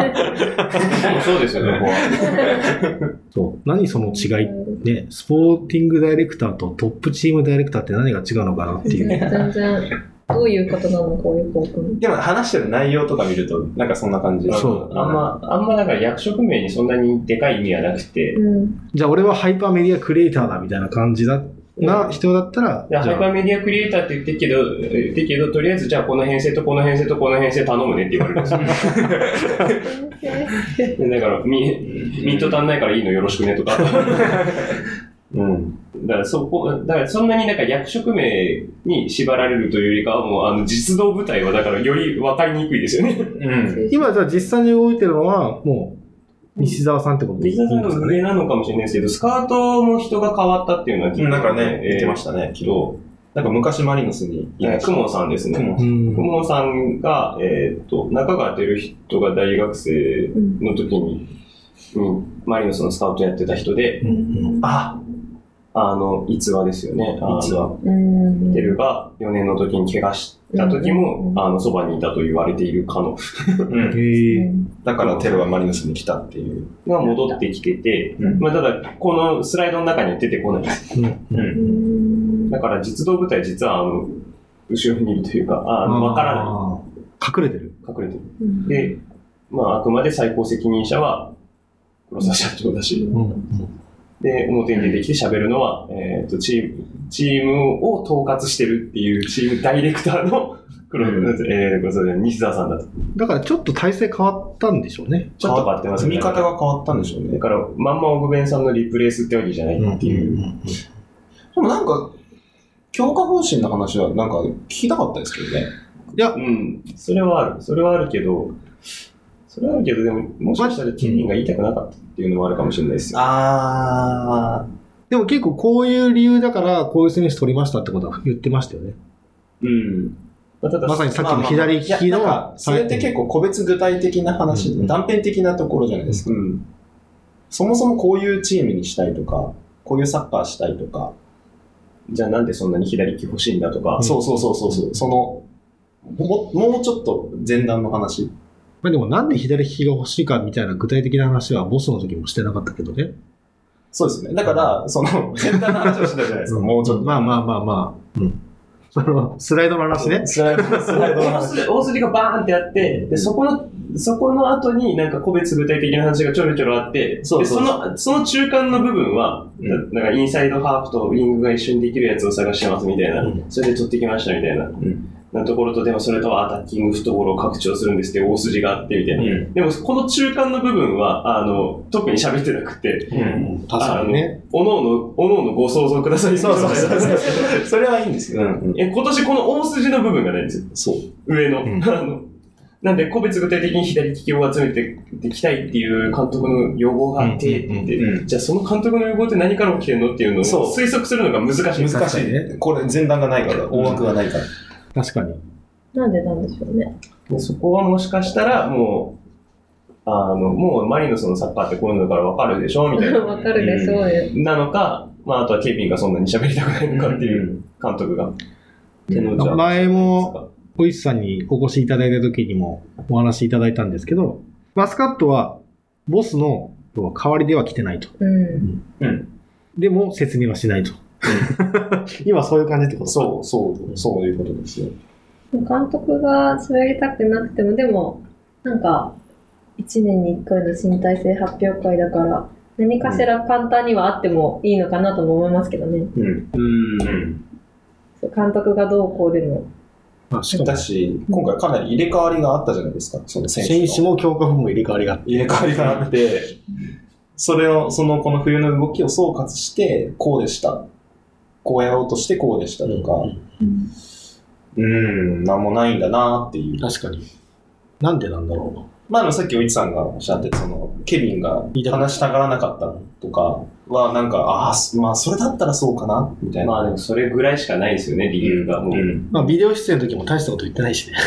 そうですよね、ここは。 そう。何その違いね、スポーティングダイレクターとトップチームダイレクターって何が違うのかなっていう。 全然、どういうことなのかよくわかんない。 でも話してる内容とか見ると、なんかそんな感じ。 そう。あんまだから役職名にそんなにでかい意味はなくて。 じゃあ俺はハイパーメディアクリエイターだみたいな感じだ。な人だったら、 ハイパーメディアクリエイターって言ってるけど、とりあえずじゃあこの編成とこの編成とこの編成頼むねって言われるんですよ。だからミント足んないからいいのよろしくねとか。だからそんなになんか役職名に縛られるというよりかはもう実動部隊はだからより分かりにくいですよね。 今じゃあ実際に動いてるのはもう西澤さんってことでいいんですかね。 西澤さんの上なのかもしれないですけど、スカートも人が変わったっていうのは聞いてなんかね、言ってましたね、昨日。なんか昔マリノスにいました。 雲さんですね。雲さんが、中川照人が大学生の時に、マリノスのスカウトやってた人で、逸話ですよね。逸話。テルが4年の時に怪我した時も、そばにいたと言われているかの。 だからテルはマリノスに来たっていう。 が戻ってきてて、ただ、このスライドの中には出てこないです。だから実動部隊実は後ろにいるというか、わからない。 隠れてる。 で、あくまで最高責任者は黒沢社長だし。 で、表に出てきて喋るのは、チームを統括してるっていうチームダイレクターの西澤さんだと。 だからちょっと体制変わったんでしょうね。 ちょっと変わってますね。 見方が変わったんでしょうね。 だから、まんまオグベンさんのリプレイスってわけじゃないっていう。 でもなんか、強化方針の話はなんか聞きたかったですけどね。 いや、 それはある。それはあるけど、でも、もしかしたらケビンが言いたくなかったっていうのもあるかもしれないですよ。 でも結構こういう理由だからこういう選手取りましたってことは言ってましたよね。まさにさっきの左利きの、 それって結構個別具体的な話、断片的なところじゃないですか。そもそもこういうチームにしたいとか、こういうサッカーしたいとか。 じゃあなんでそんなに左利き欲しいんだとか。 そう。もうちょっと前段の話。 でもなんで左利きが欲しいかみたいな具体的な話はボスの時もしてなかったけどね。 そうですね。だから、前段の話をしてたじゃないですか。もうちょっと。 まあ。そのスライドの話ね。 スライドの話。 大筋がバーンってあって、で、そこの後になんか個別具体的な話がちょろちょろあって、その中間の部分は、なんかインサイドハーフとウィングが一緒にできるやつを探してますみたいな、それで取ってきましたみたいな。なところと、でもそれとはアタッキングフットボールを拡張するんですって大筋があってみたいな。でもこの中間の部分は、特に喋ってなくて、 確かにね。 おのおのご想像ください。 そう。それはいいんですよ。 今年この大筋の部分がないんですよ。 そう。 上の。なんで、個別具体的に左利きを集めていきたいっていう監督の要望があって、じゃあその監督の要望って何から起きてるのっていうのを推測するのが難しい。 難しいね。これ前段がないから、大枠がないから。 確かに。 なんでなんでしょうね。 でそこはもしかしたら、もうマリノスのサッカーってこういうのから分かるでしょみたいな。 分かるでしょうよ。 なのか、あとはケビンがそんなに喋りたくないのかっていう監督が。 前も、小石さんにお越しいただいた時にもお話いただいたんですけど、マスカットはボスの代わりでは来てないと。でも説明はしないと。今そういう感じってことそういうことですよ。 監督が喋りたくなくても、でも、なんか、1年に1回の新体制発表会だから、何かしら簡単にはあってもいいのかなとも思いますけどね。監督がどうこうでも。 だし、今回かなり入れ替わりがあったじゃないですか、その選手も強化部も入れ替わりがあって。 それを、この冬の動きを総括して、こうでした。こうやろうとしてこうでしたとか、なんもないんだなっていう。 確かに。なんでなんだろう。さっきおいちさんがおっしゃって、ケビンが話したがらなかったとかは、なんか、それだったらそうかなみたいな。 でもそれぐらいしかないですよね、理由が。 ビデオ出演の時も大したこと言ってないしね。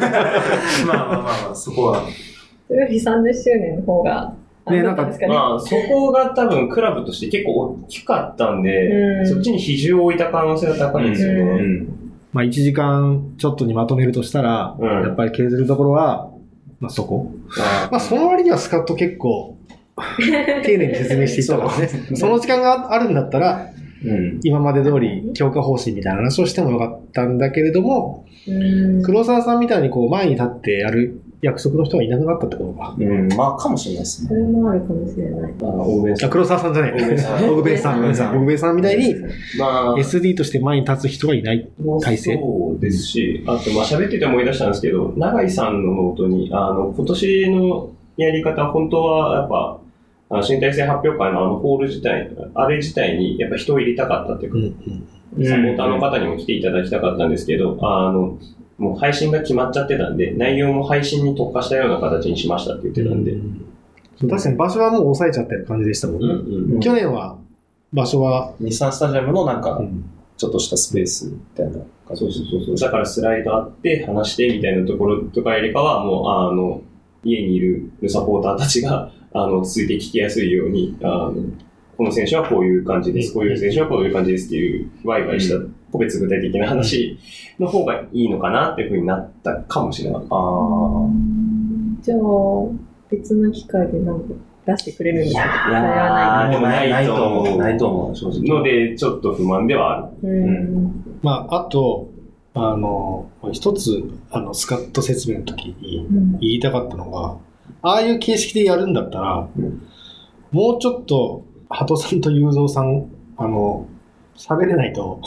そこは。 それより30周年の方が。 なんかそこが多分クラブとして結構大きかったんで、そっちに比重を置いた可能性が高いですよね。 1時間ちょっとにまとめるとしたら、やっぱり削るところは、そこ。その割にはスカッと結構、丁寧に説明していったからね。その時間があるんだったら、今まで通り強化方針みたいな話をしてもよかったんだけれども、黒沢さんみたいに前に立ってやる約束の人はいなくなったってことか。 かもしれないですね。 それもあるかもしれない。 黒沢さんじゃない。オグベンさんみたいに、SD として前に立つ人がいない体制。 そうですし、あと、喋ってて思い出したんですけど、永井さんのノートに、今年のやり方、本当はやっぱ、新体制発表会のホール自体、あれ自体にやっぱ人を入れたかったというか、サポーターの方にも来ていただきたかったんですけど、もう配信が決まっちゃってたんで、内容も配信に特化したような形にしましたって言ってたんで。 確かに場所はもう抑えちゃってる感じでしたもんね。去年は場所は日産スタジアムのなんか、ちょっとしたスペースみたいな。 そう。だからスライドあって話してみたいなところとかよりかは、もう家にいるサポーターたちが続いて聞きやすいように、この選手はこういう感じです、こういう選手はこういう感じですっていうワイワイした個別具体的な話の方がいいのかなっていうふうになったかもしれない。 じゃあ別の機会でなんか出してくれるんですか？それはでもないと思う正直。 のでちょっと不満ではある。 あと一つスカット説明の時に言いたかったのが、ああいう形式でやるんだったら、もうちょっと鳩さんと雄三さん、喋れないと。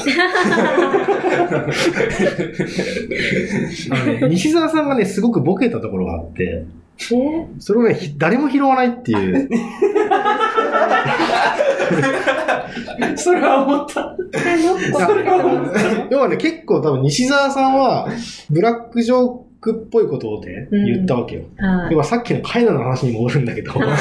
西澤さんがね、すごくボケたところがあって、それをね、誰も拾わないっていう。 それは思った。 要はね、結構多分西澤さんは、ブラックジョークっぽいことをね、言ったわけよ。要はさっきのカイナの話に戻るんだけど。そう。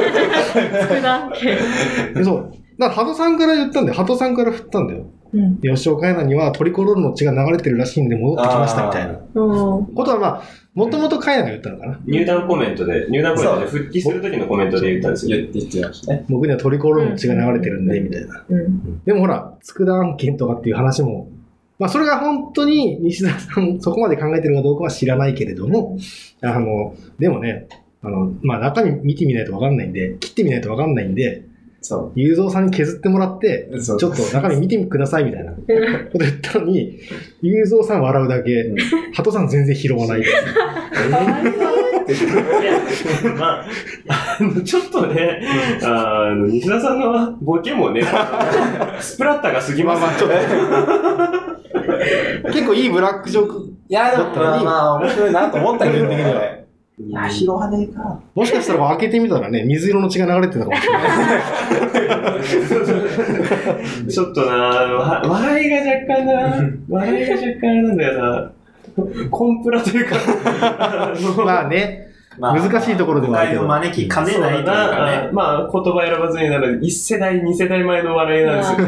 だから、鳩さんから言ったんだよ。鳩さんから振ったんだよ。吉岡カイナにはトリコロールの血が流れてるらしいんで戻ってきましたみたいな。ことはまあ、もともとカイナが言ったのかな。 入団コメントで復帰する時のコメントで言ったんですよ。 言ってましたね。 僕にはトリコロールの血が流れてるんで、みたいな。でもほら、佃案件とかっていう話も、まあそれが本当に西田さんそこまで考えてるかどうかは知らないけれども、でもね、まあ中身見てみないとわかんないんで、切ってみないとわかんないんで、雄三さんに削ってもらって、ちょっと中身見てくださいみたいなこと言ったのに、雄三さん笑うだけ、鳩さん全然拾わない。 まあ、ちょっとね、西田さんのボケもね、スプラッタが過ぎます。 結構いいブラックジョーク。 いや、でもまあ面白いなと思ったけど、いや、拾わねえか。 もしかしたら開けてみたらね、水色の血が流れてたかもしれない。 ちょっとな、笑いが若干なんだよな。コンプラというか。 まあね。難しいところでもあるけど。 招きかねないというかね。 まあ、言葉選ばずになる1世代、2世代前の笑いなんです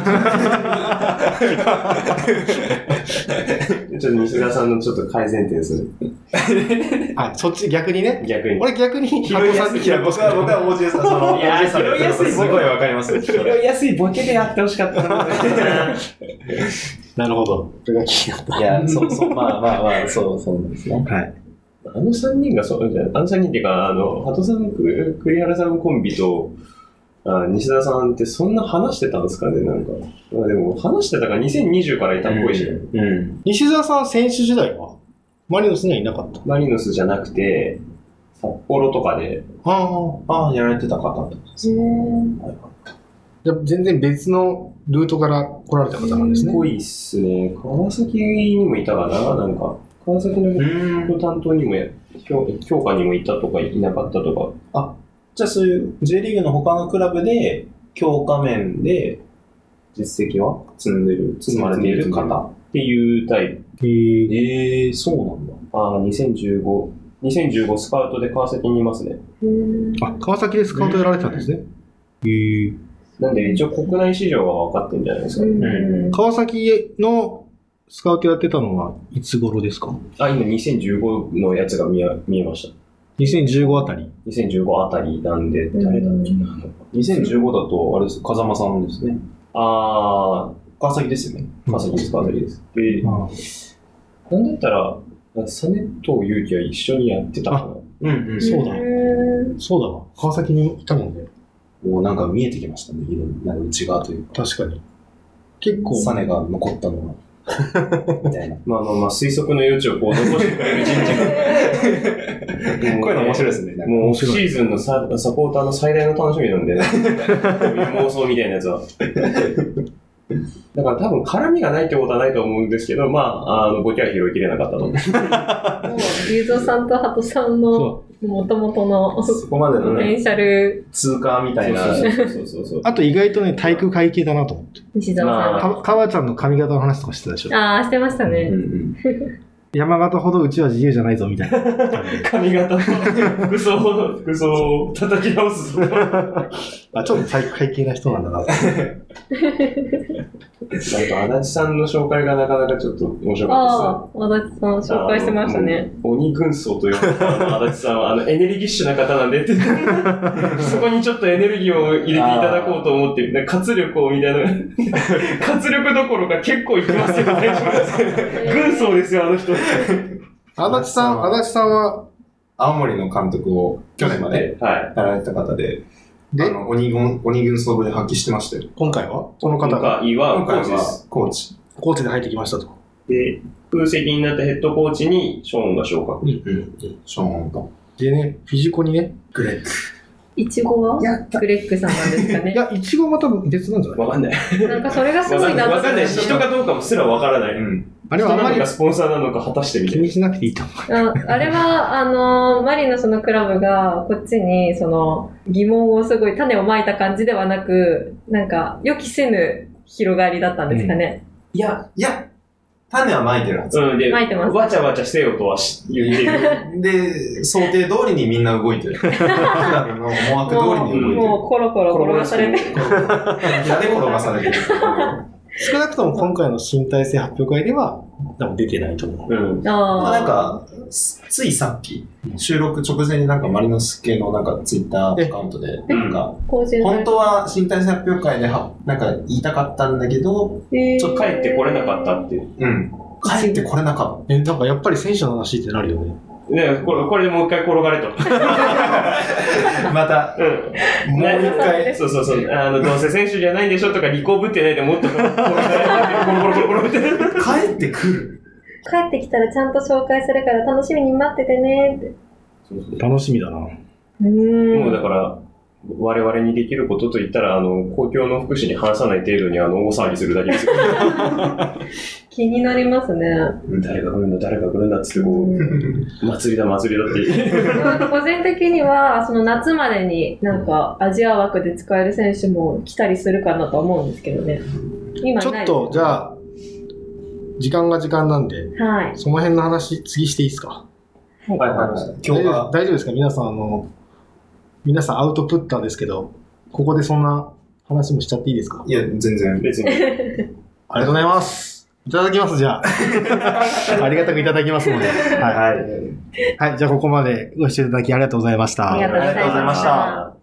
よ。ちょっと西田さんのちょっと改善点する。 あ、そっち逆にね。 逆に。 俺逆に拾いやすい。僕は大地さん、 いや、拾いやすい。 すごいわかります。 拾いやすいボケでやってほしかったな。 なるほど。それが気になった。 いや、そう、まあ、そうなんですね。 はい。 あの3人がそうじゃん。あの3人っていうか、鳩さん、栗原さんコンビと、西田さんってそんな話してたんですかね、なんか。でも話してたから2020からいたっぽいし、 西澤さん選手時代はマリノスにはいなかった？ マリノスじゃなくて、札幌とかで。 やられてた方ってことですね。 じゃ全然別のルートから来られた方なんですね。 ぽいっすね。川崎にもいたかな、なんか。川崎の担当にも評価にもいたとかいなかったとか。 じゃあそういう J リーグの他のクラブで強化面で実績は積まれている方っていうタイプ。 そうなんだ。 2015スカウトで川崎にいますね。 川崎でスカウトやられてたんですね。 なんで一応国内市場は分かってるんじゃないですか。 川崎のスカウトやってたのはいつ頃ですか？ 今2015のやつが見えました。 2015あたり ?2015 あたりなんで、誰だっけな。 2015だと、あれです、風間さんですね。川崎ですよね。 川崎です。で、なんだったら、実藤祐樹は一緒にやってたかな。 そうだわ。川崎にいたもんね。 もうなんか見えてきましたね。なんか内側というか。 確かに。結構。 サネが残ったのは。みたいな。 まあ推測の余地をこう残してくれる人事が。こういうの面白いですね。 もうシーズンのサポーターの最大の楽しみなんでね。こういう妄想みたいなやつは。だから多分絡みがないってことはないと思うんですけど、ボケは拾いきれなかったと思う。 雄三さんと鳩さんの元々のそこまでのポテンシャル通過みたいな。 あと意外とね、体育会系だなと思って。 西澤さん。 川ちゃんの髪型の話とかしてたでしょ。 してましたね。 山形ほどうちは自由じゃないぞみたいな。 髪型の服装を叩き直すぞ。 ちょっと体育会系な人なんだな。 足立さんの紹介がなかなかちょっと面白かったですね。 足立さん紹介してましたね。 鬼軍曹という足立さんはエネルギッシュな方なんでそこにちょっとエネルギーを入れていただこうと思って活力をみたいな活力どころか結構いきますよね。軍曹ですよ、あの人。 足立さんは青森の監督を去年までやられた方で、鬼軍曹ぶり発揮してましたよ。 今回はこの方が今回はコーチで入ってきましたと。 で、空席になったヘッドコーチにショーンが昇格。 ショーンと。 でね、フィジコにね、 グレッグ。 いちごはグレッグさんなんですかね。 いや、いちごまた別なんじゃない？ わかんない。 なんかそれがすごいなわかんないし、人かどうかもすらわからない。 あれはあんまり人なのかスポンサーなのか果たしてみたいな。 気にしなくていいと思う。 あれは、マリノスのクラブがこっちに、疑問をすごい種をまいた感じではなく、なんか、予期せぬ広がりだったんですかね。 いや、 種は撒いてるはず。 で、 撒いてます。 わちゃわちゃせよとは言ってる。 で、想定通りにみんな動いてる。クラブの思惑通りに動いてる。 もうコロコロ転がされて。 嫌で転がされてる。 少なくとも今回の新体制発表会では多分出てないと思う。 なんか、ついさっき、収録直前になんかマリノス系のなんかツイッターアカウントで、なんか、本当は新体制発表会でなんか言いたかったんだけど、 ちょっと帰ってこれなかったっていう。 帰ってこれなかった。 なんかやっぱり選手の話ってなるよね。 ね、これでもう一回転がれと。 また、もう一回。 そう。どうせ選手じゃないんでしょとか、利口ぶってないでもっと転がれって、コロって。 帰ってくる。 帰ってきたらちゃんと紹介するから楽しみに待っててねって。 楽しみだな。 もうだから、我々にできることといったら、公共の福祉に反さない程度に大騒ぎするだけですよ。 気になりますね。 誰が来るんだっつってこう、祭りだって。 個人的には、夏までになんかアジア枠で使える選手も来たりするかなと思うんですけどね。今ちょっと、じゃあ、時間が時間なんで、 はい。 その辺の話、次していいですか？ はい。 今日は大丈夫ですか？皆さんアウトプッターですけど、ここでそんな話もしちゃっていいですか？ いや、全然。 別に。 ありがとうございます。いただきます、じゃあ。ありがたくいただきますので。はい。はい、じゃあここまでご視聴いただきありがとうございました。 ありがとうございました。